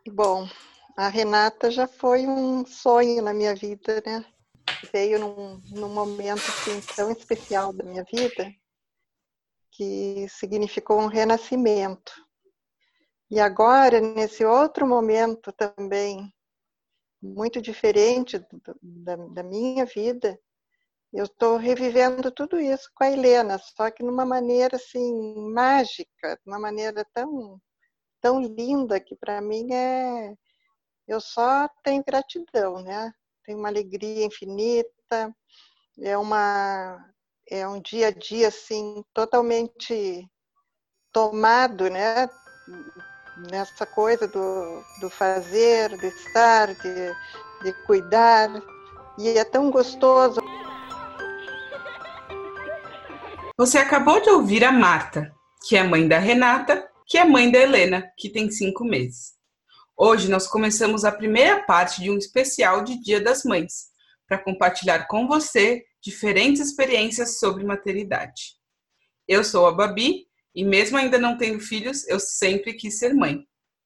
Bom, a Renata já foi um sonho na minha vida, né? Veio num momento assim, tão especial da minha vida, que significou um renascimento. E agora, nesse outro momento também, muito diferente da minha vida, eu estou revivendo tudo isso com a Helena, só que numa maneira assim, mágica, de uma maneira tão linda que para mim eu só tenho gratidão, né? Tenho uma alegria infinita, é um dia a dia assim totalmente tomado, né? Nessa coisa do fazer, do estar, de cuidar, e é tão gostoso. Você acabou de ouvir a Marta, que é mãe da Renata, que é mãe da Helena, que tem 5 meses. Hoje nós começamos a primeira parte de um especial de Dia das Mães, para compartilhar com você diferentes experiências sobre maternidade. Eu sou a Babi e mesmo ainda não tendo filhos, eu sempre quis ser mãe.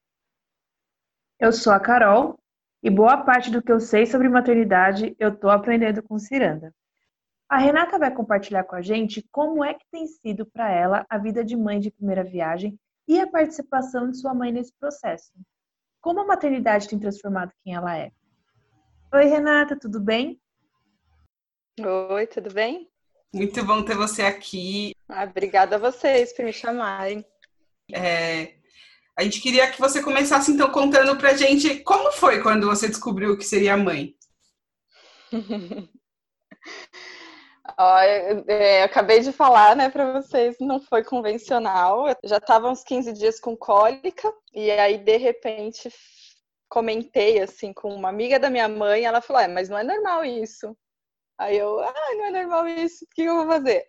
Eu sou a Carol e boa parte do que eu sei sobre maternidade eu tô aprendendo com Ciranda. A Renata vai compartilhar com a gente como é que tem sido para ela a vida de mãe de primeira viagem e a participação de sua mãe nesse processo. Como a maternidade tem transformado quem ela é. Oi, Renata, tudo bem? Oi, tudo bem? Muito bom ter você aqui. Obrigada a vocês por me chamarem. A gente queria que você começasse então contando pra gente como foi quando você descobriu que seria mãe. Eu acabei de falar, né, para vocês, não foi convencional. Eu já estava uns 15 dias com cólica e aí de repente comentei assim com uma amiga da minha mãe, ela falou: mas não é normal isso". Aí eu: não é normal isso, o que eu vou fazer?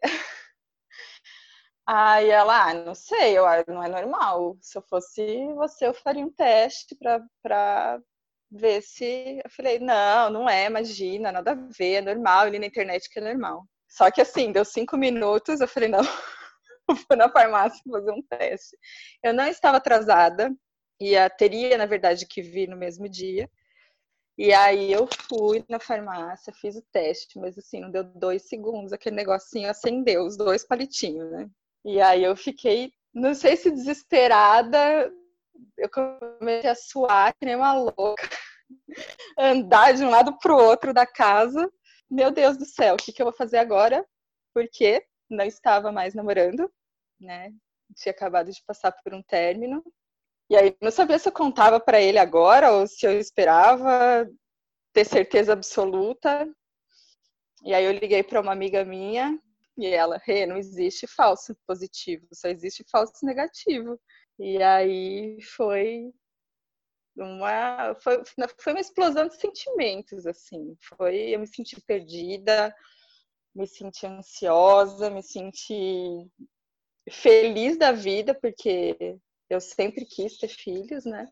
Aí ela: não sei, não é normal. Se eu fosse você, eu faria um teste para ver se. Eu falei: não é, imagina, nada a ver, é normal. Eu li na internet que é normal. Só que assim, deu 5 minutos, eu falei: não, eu vou na farmácia fazer um teste. Eu não estava atrasada, teria, na verdade, que vir no mesmo dia. E aí eu fui na farmácia, fiz o teste, mas assim, não deu 2 segundos, aquele negocinho acendeu, os 2 palitinhos, né? E aí eu fiquei, não sei se desesperada, eu comecei a suar que nem uma louca, andar de um lado pro outro da casa. Meu Deus do céu, o que eu vou fazer agora? Porque não estava mais namorando, né? Tinha acabado de passar por um término. E aí não sabia se eu contava para ele agora ou se eu esperava ter certeza absoluta. E aí eu liguei para uma amiga minha e ela: não existe falso positivo, só existe falso negativo. E aí foi uma explosão de sentimentos, assim. Eu me senti perdida, me senti ansiosa, me senti feliz da vida, porque eu sempre quis ter filhos, né?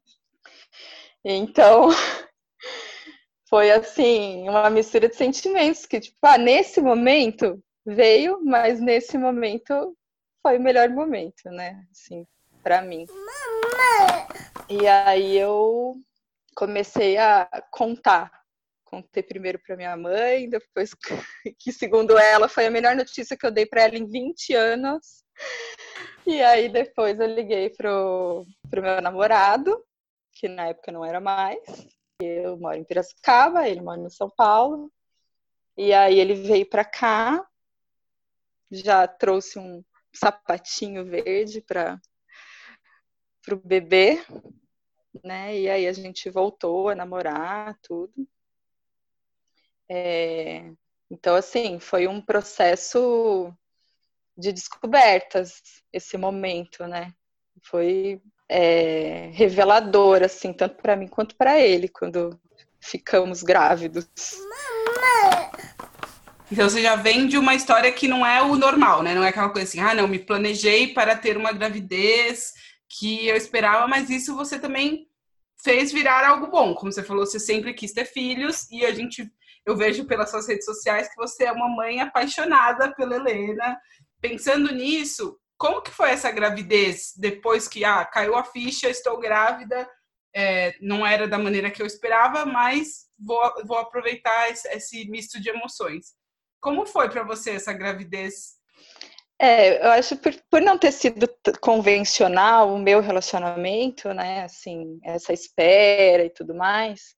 Então, foi assim, uma mistura de sentimentos que, tipo, nesse momento veio, mas nesse momento foi o melhor momento, né? Assim, pra mim. E aí eu comecei a contar. Contei primeiro para minha mãe, depois que, segundo ela, foi a melhor notícia que eu dei para ela em 20 anos. E aí depois eu liguei pro meu namorado, que na época não era mais. Eu moro em Piracicaba, ele mora em São Paulo. E aí ele veio para cá, já trouxe um sapatinho verde para o bebê, né? E aí a gente voltou a namorar, tudo. Então, assim, foi um processo de descobertas esse momento, né? Foi revelador, assim, tanto para mim quanto para ele, quando ficamos grávidos. Então você já vem de uma história que não é o normal, né? Não é aquela coisa assim, não, me planejei para ter uma gravidez que eu esperava, mas isso você também fez virar algo bom. Como você falou, você sempre quis ter filhos e eu vejo pelas suas redes sociais que você é uma mãe apaixonada pela Helena. Pensando nisso, como que foi essa gravidez depois que caiu a ficha, estou grávida? não era da maneira que eu esperava, mas vou aproveitar esse misto de emoções. Como foi para você essa gravidez? Eu acho que por não ter sido convencional o meu relacionamento, né, assim, essa espera e tudo mais,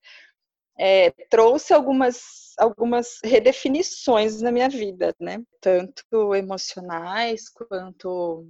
trouxe algumas redefinições na minha vida, né, tanto emocionais quanto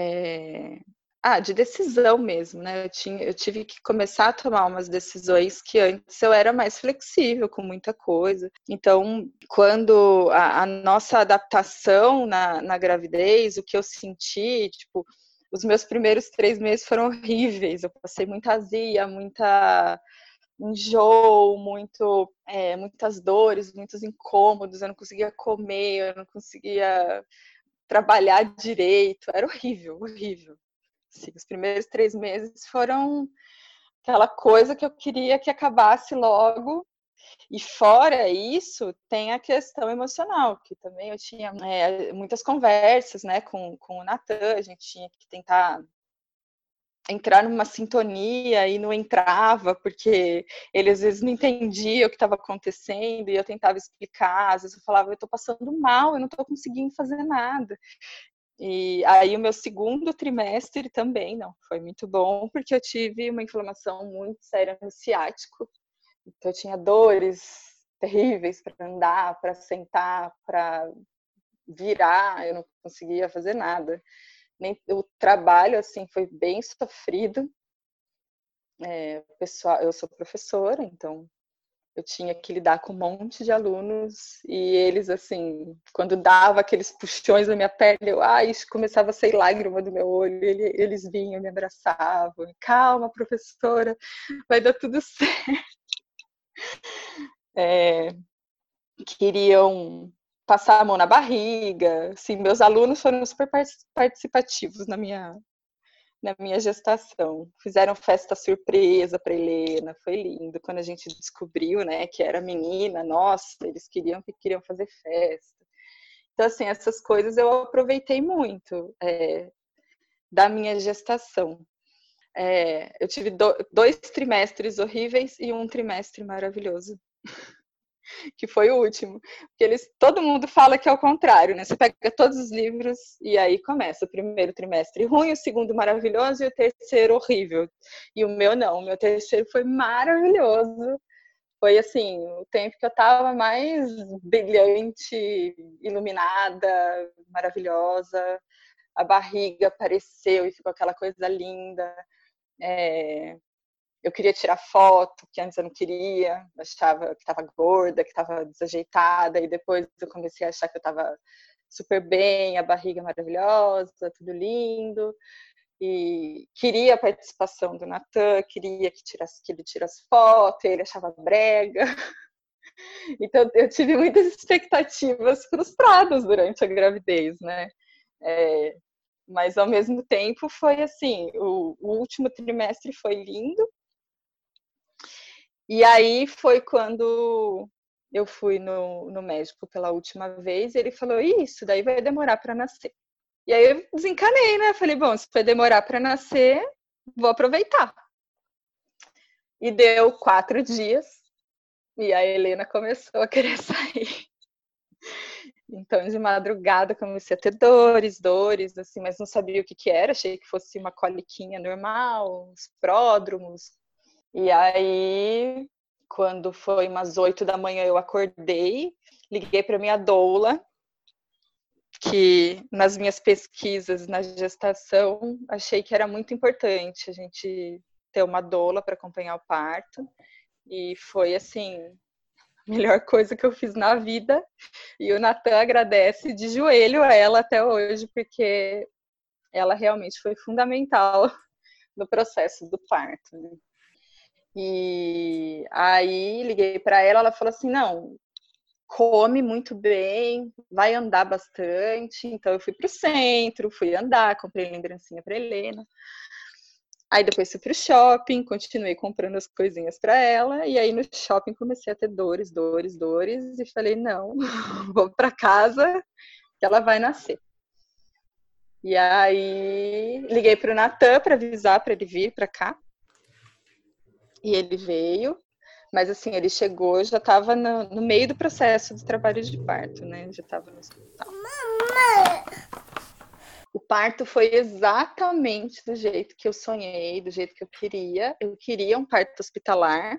de decisão mesmo, né? Eu tive que começar a tomar umas decisões que antes eu era mais flexível com muita coisa. Então, quando a nossa adaptação na gravidez, o que eu senti, tipo, os meus primeiros 3 meses foram horríveis. Eu passei muita azia, muita enjoo, muitas dores, muitos incômodos. Eu não conseguia comer, eu não conseguia trabalhar direito. Era horrível, horrível. Sim, os primeiros 3 meses foram aquela coisa que eu queria que acabasse logo. E fora isso, tem a questão emocional, que também eu tinha muitas conversas, né, com o Natan. A gente tinha que tentar entrar numa sintonia e não entrava, porque ele às vezes não entendia o que estava acontecendo e eu tentava explicar. Às vezes eu falava, eu estou passando mal, eu não estou conseguindo fazer nada. E aí o meu segundo trimestre também não foi muito bom, porque eu tive uma inflamação muito séria no ciático. Então eu tinha dores terríveis para andar, para sentar, para virar, eu não conseguia fazer nada. Nem o trabalho assim foi bem sofrido. Pessoal, eu sou professora, então eu tinha que lidar com um monte de alunos e eles, assim, quando dava aqueles puxões na minha pele, começava a sair lágrima do meu olho, eles vinham, me abraçavam, calma, professora, vai dar tudo certo. Queriam passar a mão na barriga, assim, meus alunos foram super participativos na minha gestação. Fizeram festa surpresa para Helena, foi lindo. Quando a gente descobriu, né, que era menina, nossa, eles queriam fazer festa. Então, assim, essas coisas eu aproveitei muito da minha gestação. Eu tive 2 trimestres horríveis e um trimestre maravilhoso. Que foi o último. Porque todo mundo fala que é o contrário, né? Você pega todos os livros e aí começa o primeiro trimestre ruim, o segundo maravilhoso e o terceiro horrível. E o meu não, o meu terceiro foi maravilhoso. Foi assim, o tempo que eu tava mais brilhante, iluminada, maravilhosa. A barriga apareceu e ficou aquela coisa linda. Eu queria tirar foto, que antes eu não queria, achava que estava gorda, que estava desajeitada, e depois eu comecei a achar que eu estava super bem, a barriga maravilhosa, tudo lindo, e queria a participação do Natan, queria que ele tirasse foto, ele achava brega. Então eu tive muitas expectativas frustradas durante a gravidez, né? Mas ao mesmo tempo foi assim, o último trimestre foi lindo. E aí foi quando eu fui no médico pela última vez e ele falou, isso daí vai demorar para nascer. E aí eu desencanei, né? Falei, bom, se vai demorar para nascer, vou aproveitar. E deu 4 dias e a Helena começou a querer sair. Então, de madrugada, comecei a ter dores, assim, mas não sabia o que era. Achei que fosse uma coliquinha normal, os pródromos. E aí, quando foi umas 8 da manhã, eu acordei, liguei para minha doula, que nas minhas pesquisas na gestação, achei que era muito importante a gente ter uma doula para acompanhar o parto. E foi, assim, a melhor coisa que eu fiz na vida. E o Natan agradece de joelho a ela até hoje, porque ela realmente foi fundamental no processo do parto, né? E aí liguei para ela, ela falou assim, não, come muito bem, vai andar bastante. Então eu fui pro centro, fui andar, comprei lembrancinha para Helena. Aí depois fui pro shopping, continuei comprando as coisinhas para ela, e aí no shopping comecei a ter dores, e falei, não, vou para casa que ela vai nascer. E aí liguei pro Natan para avisar para ele vir para cá. E ele veio, mas assim, ele chegou, já estava no meio do processo do trabalho de parto, né? Já estava no hospital. O parto foi exatamente do jeito que eu sonhei, do jeito que eu queria. Eu queria um parto hospitalar,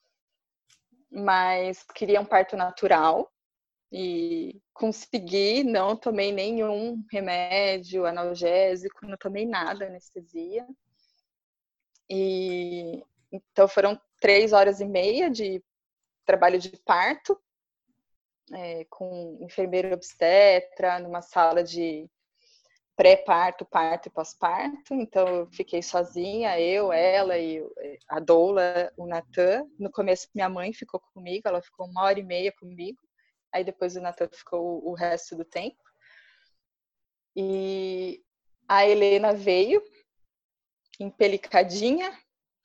mas queria um parto natural. E consegui, não tomei nenhum remédio analgésico, não tomei nada, anestesia. E então foram 3 horas e meia de trabalho de parto, com enfermeiro obstetra, numa sala de pré-parto, parto e pós-parto. Então eu fiquei sozinha, eu, ela e a doula, o Natan. No começo minha mãe ficou comigo, ela ficou 1 hora e meia comigo. Aí depois o Natan ficou o resto do tempo. E a Helena veio empelicadinha.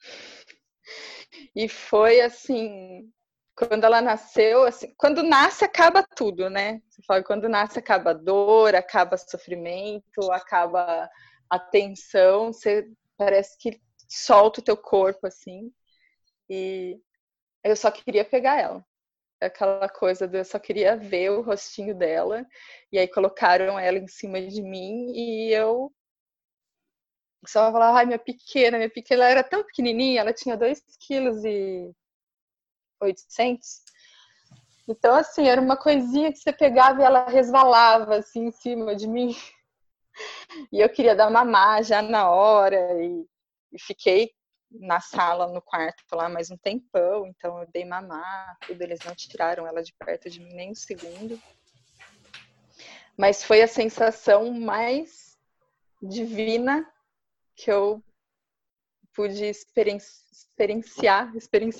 E foi assim, quando ela nasceu, assim, quando nasce acaba tudo, né? Você fala, quando nasce acaba a dor, acaba o sofrimento, acaba a tensão, você parece que solta o teu corpo, assim. E eu só queria pegar ela. Aquela coisa eu só queria ver o rostinho dela. E aí colocaram ela em cima de mim e eu só falava, ai, minha pequena, ela era tão pequenininha, ela tinha 2,8 kg. Então, assim, era uma coisinha que você pegava e ela resvalava, assim, em cima de mim. E eu queria dar mamar já na hora. E fiquei na sala, no quarto lá mais um tempão. Então, eu dei mamar, tudo. Eles não tiraram ela de perto de mim nem um segundo. Mas foi a sensação mais divina que eu pude experienciar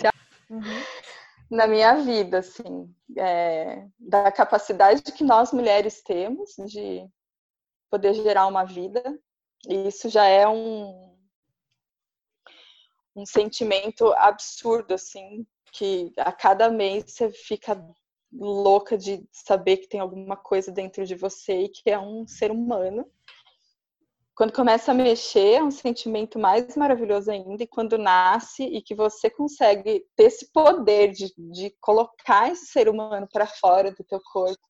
na minha vida, assim, da capacidade que nós mulheres temos de poder gerar uma vida. E isso já é um sentimento absurdo, assim, que a cada mês você fica louca de saber que tem alguma coisa dentro de você e que é um ser humano. Quando começa a mexer, é um sentimento mais maravilhoso ainda. E quando nasce e que você consegue ter esse poder de colocar esse ser humano para fora do teu corpo,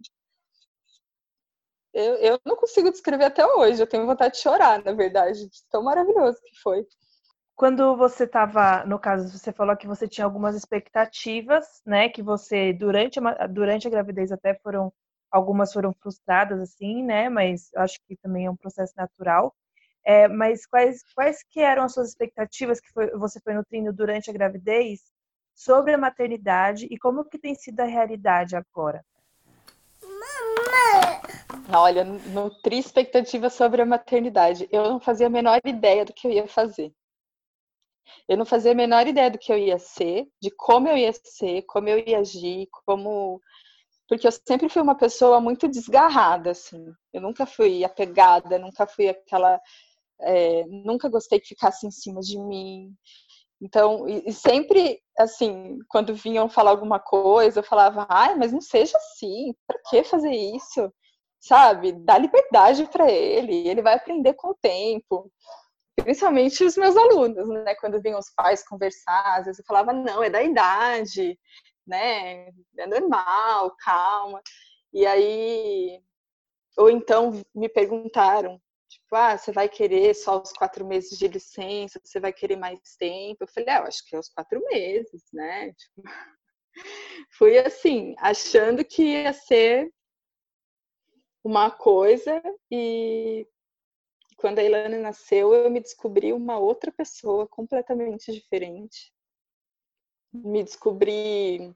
eu não consigo descrever até hoje. Eu tenho vontade de chorar, na verdade, de tão maravilhoso que foi. Quando você estava, no caso, você falou que você tinha algumas expectativas, né? Que você, durante a gravidez até algumas foram frustradas, assim, né? Mas eu acho que também é um processo natural. Mas quais que eram as suas expectativas que você foi nutrindo durante a gravidez sobre a maternidade e como que tem sido a realidade agora? Olha, nutri expectativa sobre a maternidade. Eu não fazia a menor ideia do que eu ia fazer. Eu não fazia a menor ideia do que eu ia ser, de como eu ia ser, como eu ia agir, porque eu sempre fui uma pessoa muito desgarrada, assim. Eu nunca fui apegada, nunca fui aquela... nunca gostei que ficasse em cima de mim. Então, e sempre, assim, quando vinham falar alguma coisa, eu falava, ai, mas não seja assim, pra que fazer isso? Sabe? Dá liberdade para ele vai aprender com o tempo. Principalmente os meus alunos, né? Quando vinham os pais conversar, às vezes eu falava, não, é da idade, né? É normal, calma. E aí, ou então me perguntaram, tipo, você vai querer só os 4 meses de licença? Você vai querer mais tempo? Eu falei, eu acho que é os 4 meses, né? Tipo, fui assim, achando que ia ser uma coisa e quando a Ilana nasceu, eu me descobri uma outra pessoa completamente diferente. Me descobri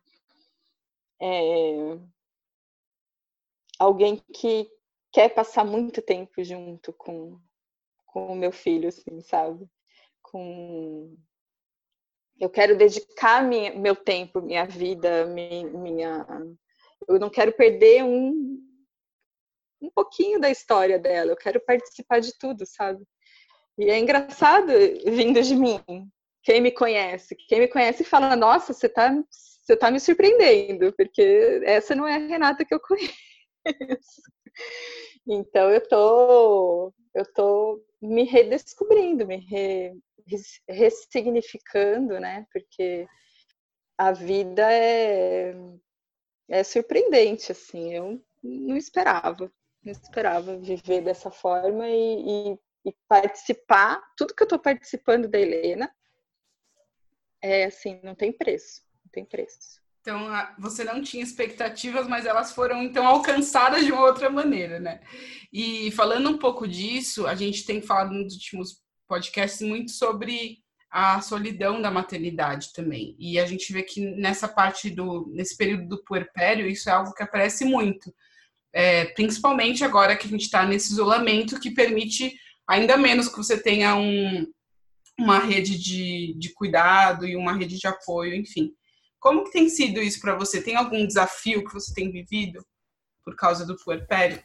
alguém que quer passar muito tempo junto com o meu filho, assim, sabe? Eu quero dedicar meu tempo, minha vida, eu não quero perder um pouquinho da história dela, eu quero participar de tudo, sabe? E é engraçado vindo de mim. Quem me conhece fala, nossa, você tá me surpreendendo, porque essa não é a Renata que eu conheço. Então eu tô me redescobrindo, ressignificando, né? Porque a vida é surpreendente, assim. Eu não esperava viver dessa forma e participar. Tudo que eu estou participando da Helena é assim, não tem preço, não tem preço. Então, você não tinha expectativas, mas elas foram, então, alcançadas de uma outra maneira, né? E falando um pouco disso, a gente tem falado nos últimos podcasts muito sobre a solidão da maternidade também. E a gente vê que nesse período do puerpério, isso é algo que aparece muito. Principalmente agora que a gente está nesse isolamento que permite ainda menos que você tenha uma rede de cuidado e uma rede de apoio, enfim. Como que tem sido isso para você? Tem algum desafio que você tem vivido por causa do puerpério?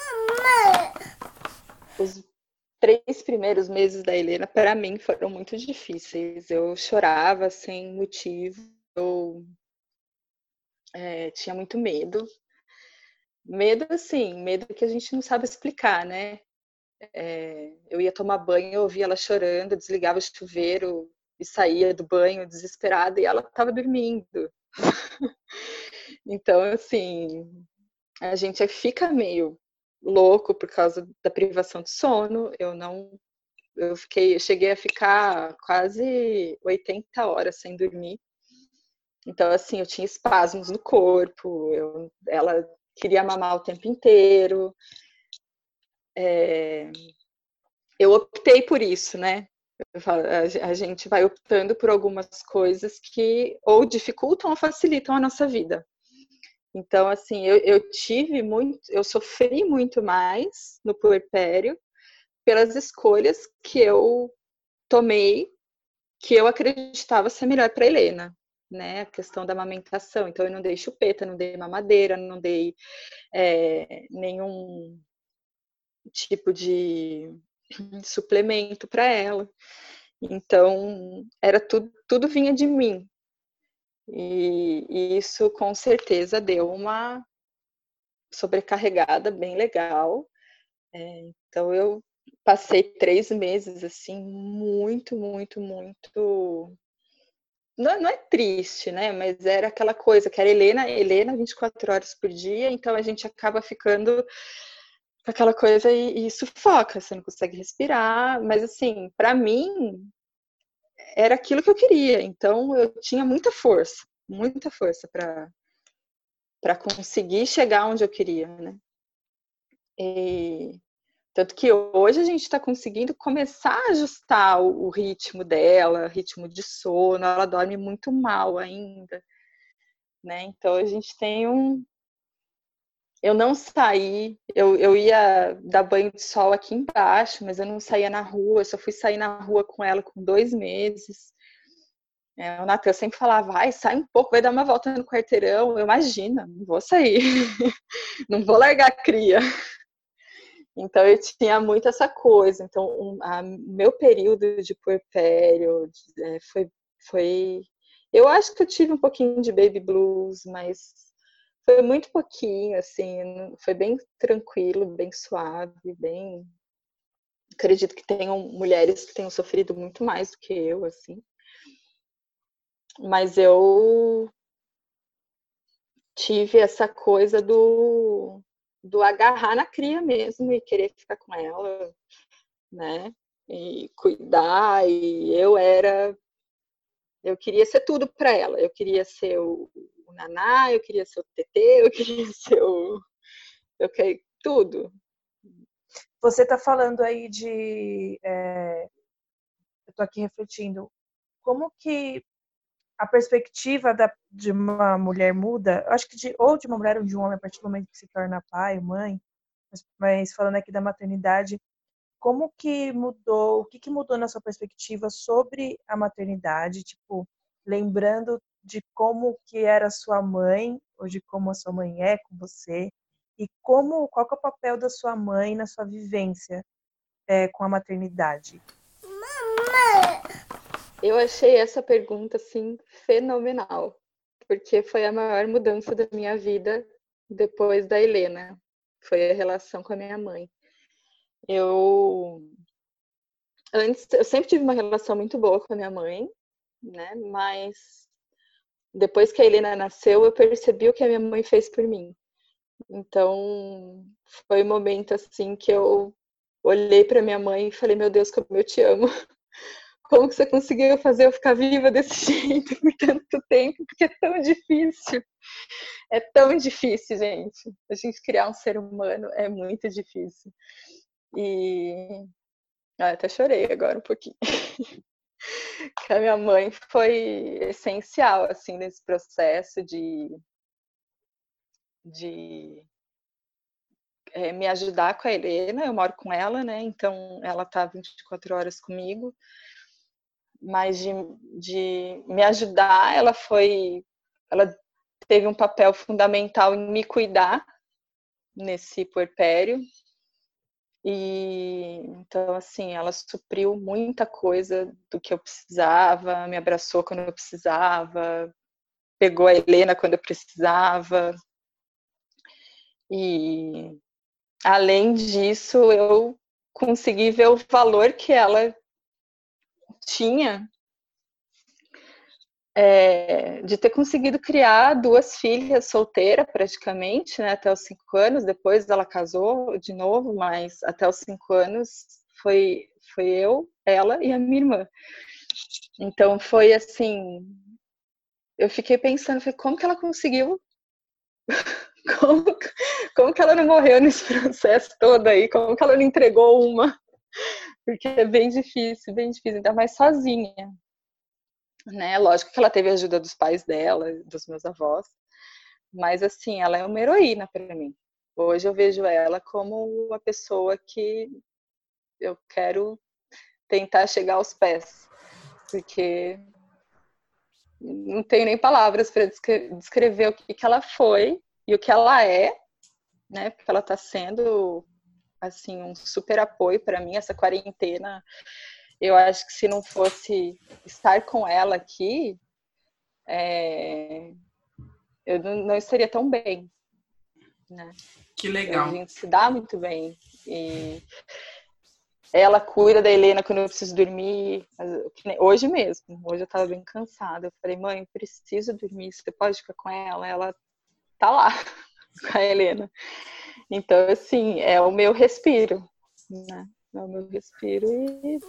Os 3 primeiros meses da Helena, para mim, foram muito difíceis. Eu chorava sem motivo, eu tinha muito medo. Medo, assim, medo que a gente não sabe explicar, né? Eu ia tomar banho, eu ouvia ela chorando, desligava o chuveiro e saía do banho desesperada e ela estava dormindo. Então, assim, a gente fica meio louco por causa da privação de sono. Eu cheguei a ficar quase 80 horas sem dormir. Então, assim, eu tinha espasmos no corpo, ela queria mamar o tempo inteiro. Eu optei por isso, né? A gente vai optando por algumas coisas que ou dificultam ou facilitam a nossa vida. Então, assim, eu sofri muito mais no puerpério pelas escolhas que eu tomei, que eu acreditava ser melhor para Helena, né? A questão da amamentação. Então, eu não dei chupeta, não dei mamadeira, não dei nenhum tipo de suplemento para ela. Então, tudo vinha de mim. E isso com certeza deu uma sobrecarregada bem legal. Então eu passei 3 meses assim, muito, muito, muito. Não é triste, né? Mas era aquela coisa que era Helena 24 horas por dia, então a gente acaba ficando com aquela coisa e sufoca, você não consegue respirar. Mas assim, para mim, era aquilo que eu queria. Então eu tinha muita força para conseguir chegar onde eu queria, né? E, tanto que hoje a gente está conseguindo começar a ajustar o ritmo dela, ritmo de sono, ela dorme muito mal ainda, né? Então a gente tem eu não saí, eu ia dar banho de sol aqui embaixo, mas eu não saía na rua, eu só fui sair na rua com ela com 2 meses. O Natan sempre falava, vai, sai um pouco, vai dar uma volta no quarteirão. Eu imagino, não vou sair, não vou largar a cria. Então eu tinha muito essa coisa. Então meu período de puerpério foi. Eu acho que eu tive um pouquinho de baby blues, mas foi muito pouquinho, assim, foi bem tranquilo, bem suave, bem. Acredito que tenham mulheres que tenham sofrido muito mais do que eu, assim. Mas eu tive essa coisa do agarrar na cria mesmo e querer ficar com ela, né? E cuidar, e eu queria ser tudo para ela. Eu queria ser o naná, eu queria ser o tetê, eu queria ser eu queria tudo. Você está falando aí eu tô aqui refletindo, como que a perspectiva de uma mulher muda, eu acho que ou de uma mulher ou de um homem, a partir do momento que se torna pai, mãe, mas falando aqui da maternidade, como que mudou, o que que mudou na sua perspectiva sobre a maternidade, tipo, lembrando de como que era a sua mãe, ou de como a sua mãe é com você, e qual que é o papel da sua mãe na sua vivência com a maternidade? Eu achei essa pergunta, assim, fenomenal, porque foi a maior mudança da minha vida depois da Helena. Foi a relação com a minha mãe. Eu Antes, eu sempre tive uma relação muito boa com a minha mãe, né? Mas depois que a Helena nasceu, eu percebi o que a minha mãe fez por mim. Então, foi um momento assim que eu olhei para minha mãe e falei: meu Deus, como eu te amo. Como que você conseguiu fazer eu ficar viva desse jeito por tanto tempo? Porque é tão difícil. É tão difícil, gente. A gente criar um ser humano é muito difícil. E até chorei agora um pouquinho. Que a minha mãe foi essencial assim nesse processo de me ajudar com a Helena. Eu moro com ela, né? Então ela tá 24 horas comigo. Mas de me ajudar, ela teve um papel fundamental em me cuidar nesse puerpério. E então, assim, ela supriu muita coisa do que eu precisava, me abraçou quando eu precisava, pegou a Helena quando eu precisava. E além disso, eu consegui ver o valor que ela tinha de ter conseguido criar 2 filhas solteira praticamente, né, até os 5 anos. Depois ela casou de novo, mas até os 5 anos foi eu, ela e a minha irmã. Então foi assim, eu fiquei pensando, como que ela conseguiu? Como que ela não morreu nesse processo todo aí? Como que ela não entregou uma? Porque é bem difícil, ainda mais sozinha. Né? Lógico que ela teve a ajuda dos pais dela, dos meus avós, mas assim, ela é uma heroína para mim. Hoje eu vejo ela como uma pessoa que eu quero tentar chegar aos pés, porque não tenho nem palavras para descrever o que ela foi e o que ela é, né? Porque ela está sendo assim um super apoio para mim essa quarentena. Eu acho que se não fosse estar com ela aqui, eu não estaria tão bem, né? Que legal. A gente se dá muito bem. E ela cuida da Helena quando eu preciso dormir. Hoje mesmo, hoje eu tava bem cansada. Eu falei, mãe, eu preciso dormir, você pode ficar com ela? Ela tá lá com a Helena. Então, assim, é o meu respiro, né? É o meu respiro e...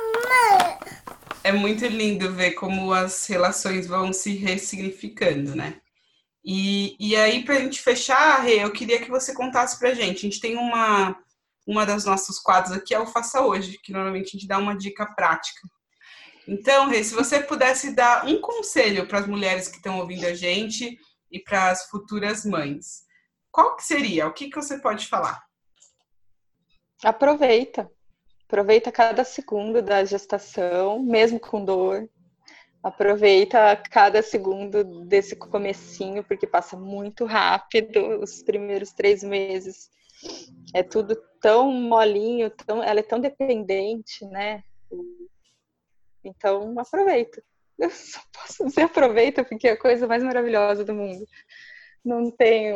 É muito lindo ver como as relações vão se ressignificando, né? E aí, pra gente fechar, Rê, eu queria que você contasse pra gente. A gente tem uma das nossos quadros aqui, é o Faça Hoje, que normalmente a gente dá uma dica prática. Então, Rê, se você pudesse dar um conselho para as mulheres que estão ouvindo a gente e para as futuras mães, qual que seria? O que você pode falar? Aproveita cada segundo da gestação, mesmo com dor. Aproveita cada segundo desse comecinho, porque passa muito rápido os primeiros 3 meses. É tudo tão molinho, ela é tão dependente, né? Então, aproveita. Eu só posso dizer aproveita, porque é a coisa mais maravilhosa do mundo. Não tem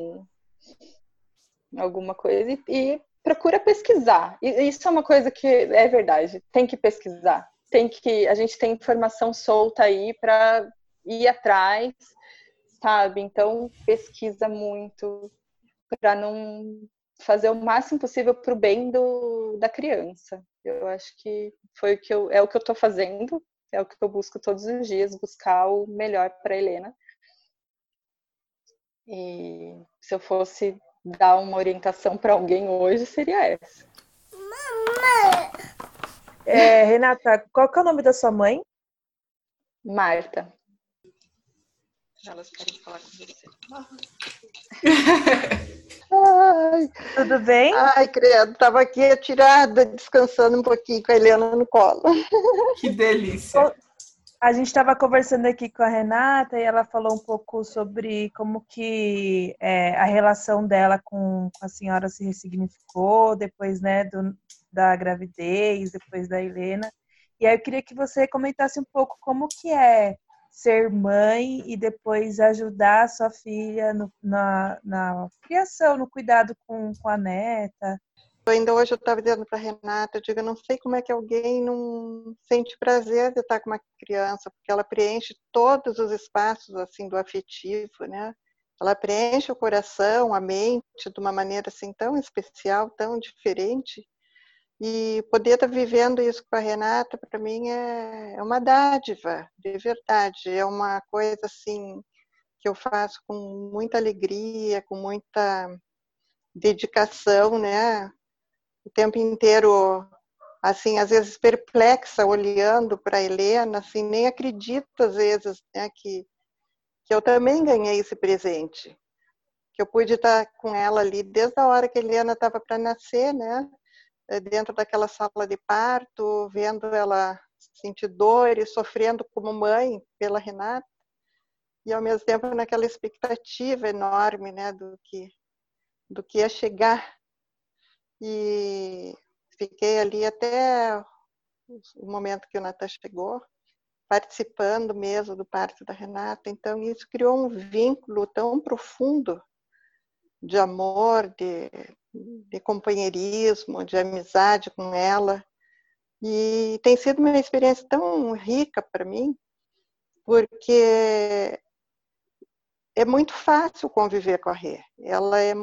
alguma coisa. E procura pesquisar. E isso é uma coisa que é verdade. Tem que pesquisar. A gente tem informação solta aí para ir atrás, sabe? Então, pesquisa muito para não fazer o máximo possível para o bem da criança. Eu acho que é o que eu estou fazendo, é o que eu busco todos os dias, buscar o melhor para a Helena. E se eu fosse dar uma orientação para alguém hoje, seria essa. Renata, qual que é o nome da sua mãe? Marta. Elas querem falar com você. Ai, Tudo bem? ai, credo, estava aqui atirada, descansando um pouquinho com a Helena no colo. Que delícia! A gente estava conversando aqui com a Renata e ela falou um pouco sobre como que a relação dela com a senhora se ressignificou depois, né, da gravidez, depois da Helena. E aí eu queria que você comentasse um pouco como que é ser mãe e depois ajudar a sua filha na criação, no cuidado com a neta. ainda hoje eu estava dizendo para a Renata, eu digo, eu não sei como é que alguém não sente prazer de estar com uma criança, porque ela preenche todos os espaços assim do afetivo, né? Ela preenche o coração, a mente de uma maneira assim tão especial, tão diferente. E poder estar vivendo isso com a Renata, para mim, é uma dádiva, de verdade. É uma coisa assim que eu faço com muita alegria, com muita dedicação, né? O tempo inteiro, assim, às vezes perplexa, olhando para a Helena, assim, nem acredito às vezes, né, que eu também ganhei esse presente, que eu pude estar com ela ali desde a hora que a Helena estava para nascer, né, dentro daquela sala de parto, vendo ela sentir dores, sofrendo como mãe pela Renata, e ao mesmo tempo naquela expectativa enorme, né, do que ia chegar. E fiquei ali até o momento que o Natan chegou, participando mesmo do parto da Renata. Então, isso criou um vínculo tão profundo de amor, de companheirismo, de amizade com ela. E tem sido uma experiência tão rica para mim, porque é muito fácil conviver com a Rê. Ela é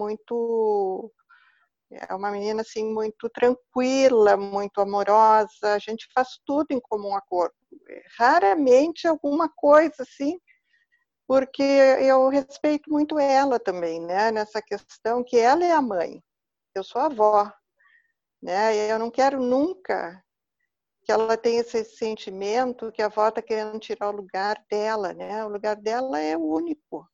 uma menina assim muito tranquila, muito amorosa. A gente faz tudo em comum acordo. Raramente alguma coisa assim, porque eu respeito muito ela também, né? Nessa questão que ela é a mãe, eu sou a avó, né? E eu não quero nunca que ela tenha esse sentimento que a avó está querendo tirar o lugar dela, né? O lugar dela é único.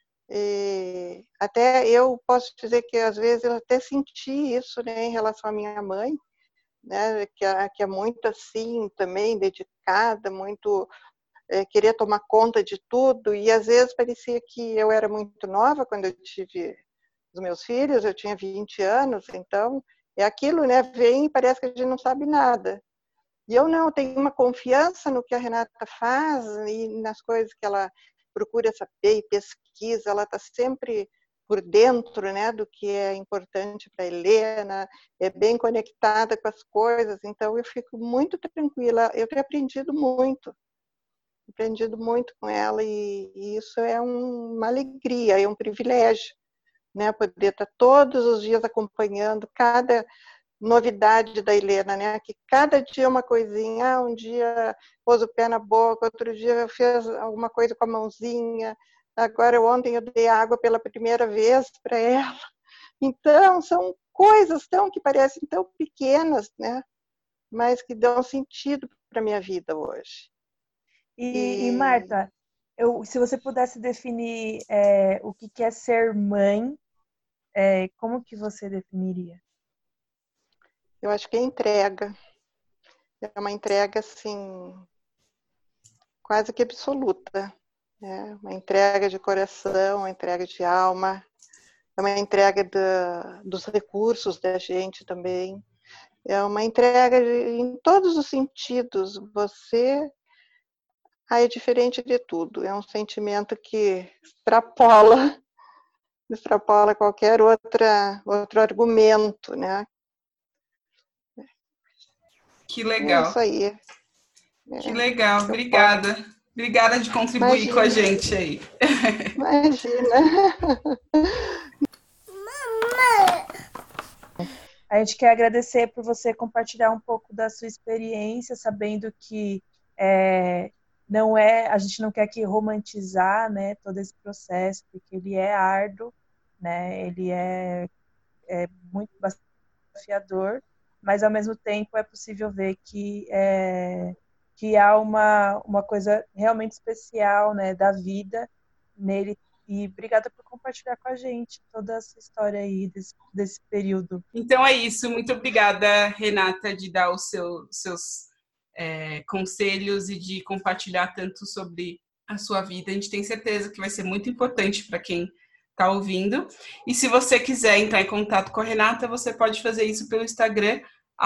E até eu posso dizer que às vezes eu até senti isso, né, em relação à minha mãe, né, que é muito assim também dedicada, muito queria tomar conta de tudo, e às vezes parecia que eu era muito nova quando eu tive os meus filhos, eu tinha 20 anos, então é aquilo, né, vem e parece que a gente não sabe nada. E eu não, tenho uma confiança no que a Renata faz e nas coisas que ela procura saber e pesquisa, ela está sempre por dentro, né, do que é importante para a Helena, é bem conectada com as coisas, então eu fico muito tranquila, eu tenho aprendido muito com ela e isso é uma alegria, é um privilégio, né, poder estar todos os dias acompanhando cada novidade da Helena, né? Que cada dia uma coisinha, um dia pôs o pé na boca, outro dia fez alguma coisa com a mãozinha, agora ontem eu dei água pela primeira vez para ela. Então, são coisas que parecem tão pequenas, né? Mas que dão sentido para a minha vida hoje. E Marta, se você pudesse definir o que é ser mãe, como que você definiria? Eu acho que é entrega. É uma entrega, assim, quase que absoluta. Né? Uma entrega de coração, uma entrega de alma, é uma entrega dos recursos da gente também. É uma entrega em todos os sentidos. Você é diferente de tudo. É um sentimento que extrapola qualquer outro argumento, né? Que É isso legal. aí. Que legal, Eu posso. obrigada. Obrigada de contribuir com a Imagina, gente aí. imagina. A gente quer agradecer por você compartilhar um pouco da sua experiência, sabendo que a gente não quer aqui romantizar, né, todo esse processo, porque ele é árduo, né, ele é muito desafiador, mas ao mesmo tempo é possível ver que há uma coisa realmente especial, né, da vida nele. E obrigada por compartilhar com a gente toda essa história aí desse período. Então é isso. Muito obrigada, Renata, de dar os seus conselhos e de compartilhar tanto sobre a sua vida. A gente tem certeza que vai ser muito importante para quem está ouvindo. E se você quiser entrar em contato com a Renata, você pode fazer isso pelo Instagram,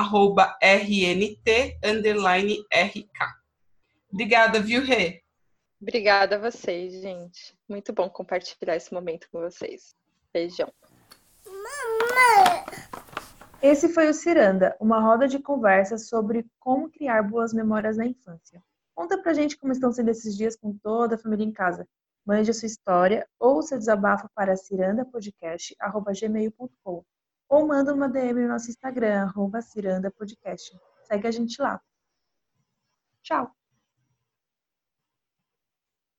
@rnt_rk. Obrigada, viu, Rê? Obrigada a vocês, gente. Muito bom compartilhar esse momento com vocês. Beijão. Esse foi o Ciranda, uma roda de conversa sobre como criar boas memórias na infância. Conta pra gente como estão sendo esses dias com toda a família em casa. Mande a sua história ou seu desabafo para cirandapodcast@gmail.com ou manda uma DM no nosso Instagram, @cirandapodcast. Segue a gente lá. Tchau!